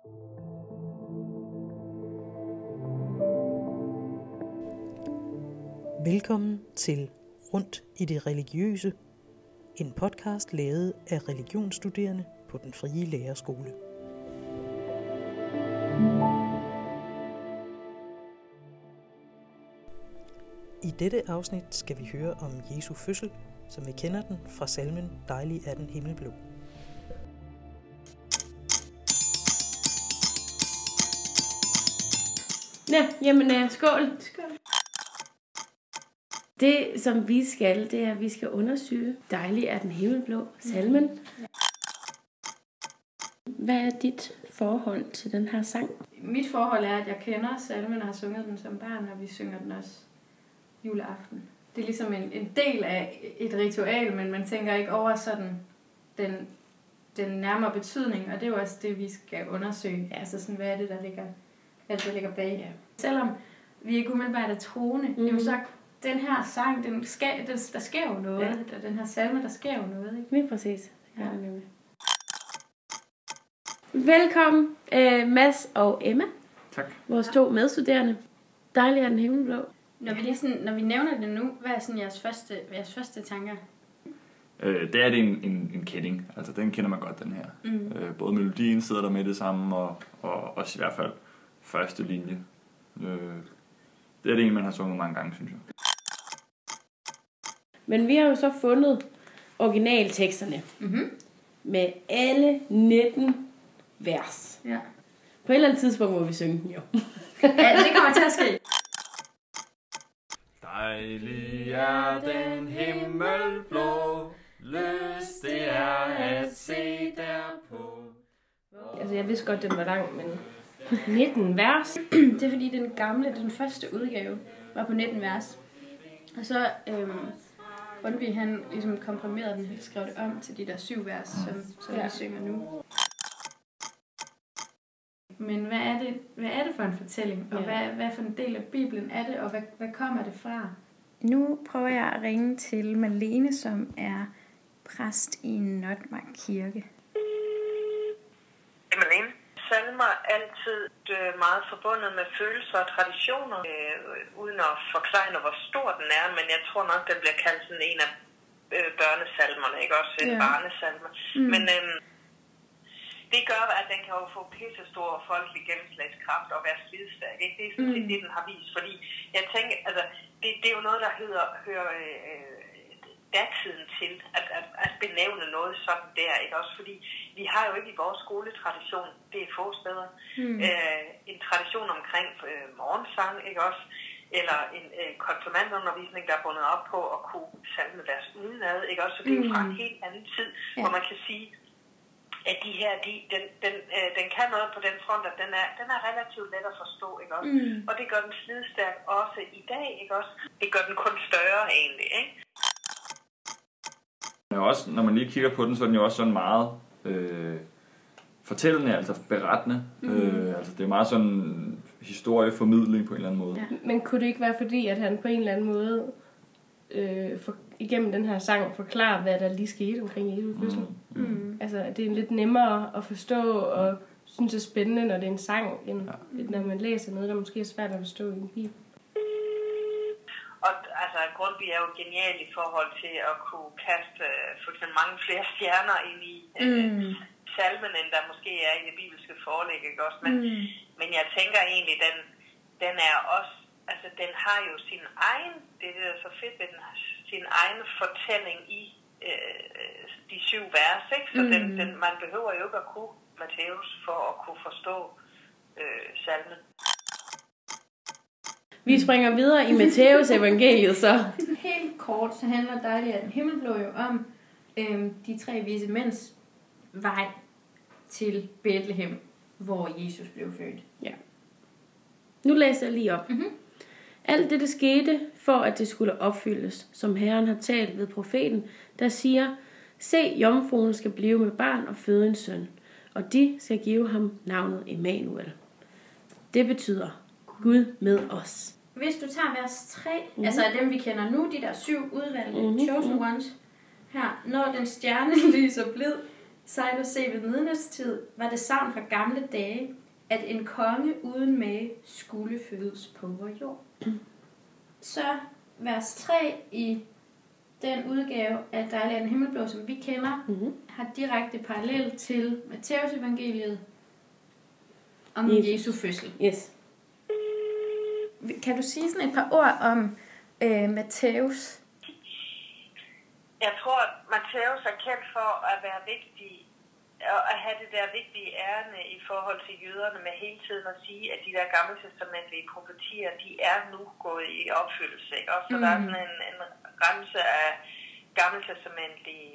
Velkommen til Rundt i det religiøse, en podcast lavet af religionsstuderende på Den Frie Lærerskole. I dette afsnit skal vi høre om Jesu fødsel, som vi kender den fra salmen Dejlig er den himmelblå. Ja, jamen skål. Skål. Det, som vi skal, det er, at vi skal undersøge Dejlig er den himmelblå, salmen. Hvad er dit forhold til den her sang? Mit forhold er, at jeg kender salmen og har sunget den som barn, og vi synger den også juleaften. Det er ligesom en del af et ritual, men man tænker ikke over sådan den nærmere betydning, og det er jo også det, vi skal undersøge. Ja. Altså sådan, hvad er det, der ligger bag. Ja. Selvom vi ikke umiddelbart er troende, det er jo så den her sang, der sker jo noget. Ja. Den her salme, der sker jo noget. Ikke? Lige præcis. Ja. Velkommen, Mads og Emma. Tak. Vores to medstuderende. Dejlig er den himmelblå. Når vi nævner det nu, hvad er sådan jeres første tanker? Det er det en kending. Altså den kender man godt, den her. Både melodien sidder der med det samme, og også i hvert fald første linje. Det er det en, man har sunget mange gange, synes jeg. Men vi har jo så fundet originalteksterne med alle 19 vers. Ja. På et eller andet tidspunkt må vi synge den jo. Ja, det kommer til at ske. Dejlig er den himmelblå, lyst det er at se derpå. Altså jeg vidste godt, den var lang, men 19 vers. Det er fordi den første udgave, var på 19 vers. Og så Grundtvig, han ligesom komprimerede den, og skrev det om til de der 7 vers, som vi synger nu. Men hvad er det for en fortælling, og hvad for en del af Bibelen er det, og hvad kommer det fra? Nu prøver jeg at ringe til Malene, som er præst i Notmark Kirke. Malene, salmer er altid meget forbundet med følelser og traditioner, uden at forklare, hvor stor den er, men jeg tror nok, den bliver kaldt sådan en af børnesalmerne, ikke også en barnesalme. Men det gør, at den kan jo få pisse stor folkelig gennemslagskraft og være slidstærk. Ikke? Det er sådan set det, den har vist. Fordi jeg tænker, altså, det er jo noget, der hører datiden til at benævne noget sådan der. Ikke? Også fordi vi har jo ikke i vores skoletradition, det er få steder, en tradition omkring morgensang, ikke også? Eller en konfirmandundervisning, der er bundet op på at kunne salme deres udenad. Ikke også? Så det er jo fra en helt anden tid, hvor man kan sige, at de her, den kan noget på den front, at den er relativt let at forstå, ikke også? Og det gør den slidstærk også i dag, ikke også? Det gør den kun større egentlig, ikke? Også, når man lige kigger på den, så er den jo også sådan meget fortællende, altså berettende. Altså det er meget sådan historieformidling på en eller anden måde. Ja. Men kunne det ikke være fordi, at han på en eller anden måde igennem den her sang forklarer, hvad der lige skete omkring Jesu fødsel? Altså det er lidt nemmere at forstå og synes det er spændende, når det er en sang, end når man læser noget, der måske er svært at forstå i en bibel. Og altså, Grundtvig er jo genial i forhold til at kunne kaste for eksempel mange flere stjerner ind i salmen, end der måske er i det bibelske forlæg, ikke også? Men jeg tænker egentlig, den er også, altså den har jo sin egen, det er det, der er så fedt ved den, sin egen fortælling i de 7 vers, ikke? Så man behøver jo ikke at kunne Matthæus for at kunne forstå salmen. Vi springer videre i Matthæus evangeliet så. Helt kort, så handler Dejlig er den himmelblå jo om de 3 vise mænds vej til Bethlehem, hvor Jesus blev født. Ja. Nu læser jeg lige op. Alt det skete, for at det skulle opfyldes, som Herren har talt ved profeten, der siger, se, jomfruen skal blive med barn og føde en søn, og de skal give ham navnet Emmanuel. Det betyder Gud med os. Hvis du tager vers 3, altså dem vi kender nu, de der 7 udvalgte chosen ones, her, når den stjerne lyser blid, Sejler se ved midnatstid var det savn fra gamle dage, at en konge uden mage skulle fødes på vor jord. Så vers 3 i den udgave af Dejlig er den himmelblå, som vi kender, har direkte parallel til Matteus evangeliet om Jesu fødsel. Yes. Kan du sige sådan et par ord om Matteus? Jeg tror, at Matteus er kendt for at være vigtig, og at have det der vigtige ærne i forhold til jøderne med hele tiden at sige, at de der gammeltestamentlige profetier, de er nu gået i opfyldelse. Ikke? Også så der er sådan en grænse af gammeltestamentlige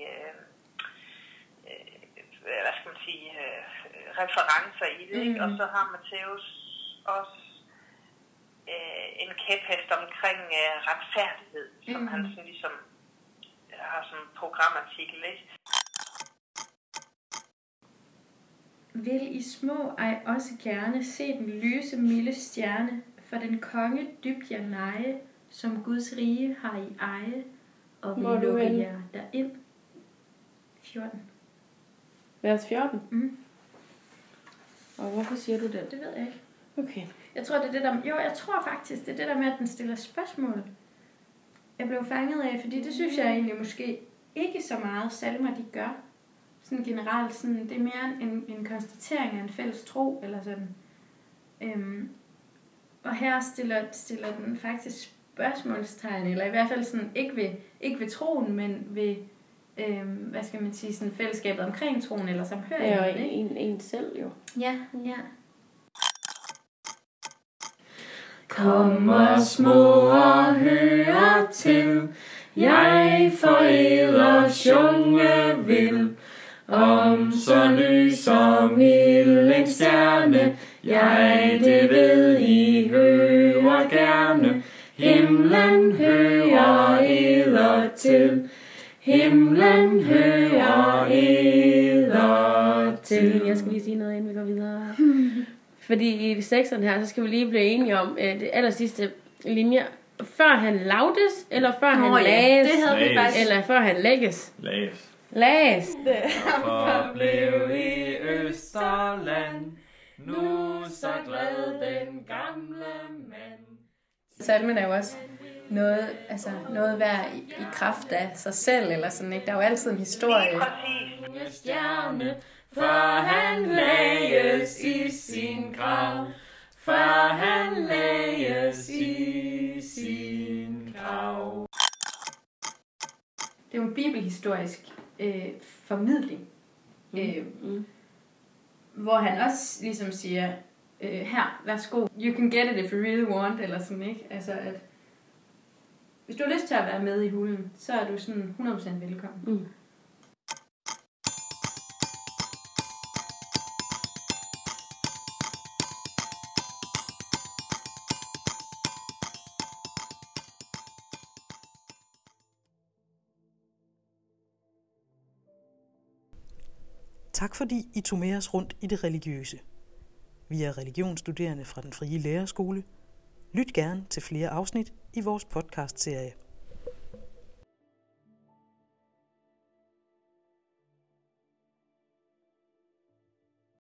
hvad skal man sige, referencer i det. Ikke? Og så har Matteus også en kæphest omkring retfærdighed, som han sådan ligesom har som programartikel, ikke? Vil I små ej også gerne se den lyse milde stjerne, for den konge dybt jer neje, som Guds rige har i eje, og vil lukke jer derind. 14. Vers 14? Og hvorfor siger du det? Det ved jeg ikke. Okay. Jeg tror, det er det der... Jo, jeg tror faktisk, det er det der med, at den stiller spørgsmål. Jeg blev fanget af, fordi det synes jeg egentlig måske ikke så meget salmer, de gør. Sådan generelt, sådan, det er mere en konstatering af en fælles tro, eller sådan. Og her stiller den faktisk spørgsmålstegn, eller i hvert fald sådan, ikke ved troen, men ved, hvad skal man sige, sådan fællesskabet omkring troen, eller samhørigheden. Ja, og en selv jo. Ja. Kommer små og høre til, jeg for eder sjunge vil, om så lys som en stjerne, jeg det ved I hører gerne, himlen hører eder til, himlen hører eder til. Jeg skal lige sige noget, inden vi går videre. Fordi i sekseren her, så skal vi lige blive enige om det aller sidste linje. Før han lavdes, eller før han lages, det havde vi faktisk. eller før han lægges. Lages. Hvorfor blev i Østerland, nu så glad den gamle mand. Salmen er jo også noget værd i kraft af sig selv, eller sådan, ikke? Der er jo altid en historie. Stjerne, før han lages i sin grav. Før han lages i sin grav. Det er jo en bibelhistorisk formidling, hvor han også ligesom siger, her, værsgo, you can get it if you really want, eller sådan, ikke? Altså, at hvis du har lyst til at være med i hulen, så er du sådan 100% velkommen. Tak fordi I tog med os rundt i det religiøse. Vi er religionsstuderende fra den frie lærerskole. Lyt gerne til flere afsnit i vores podcastserie.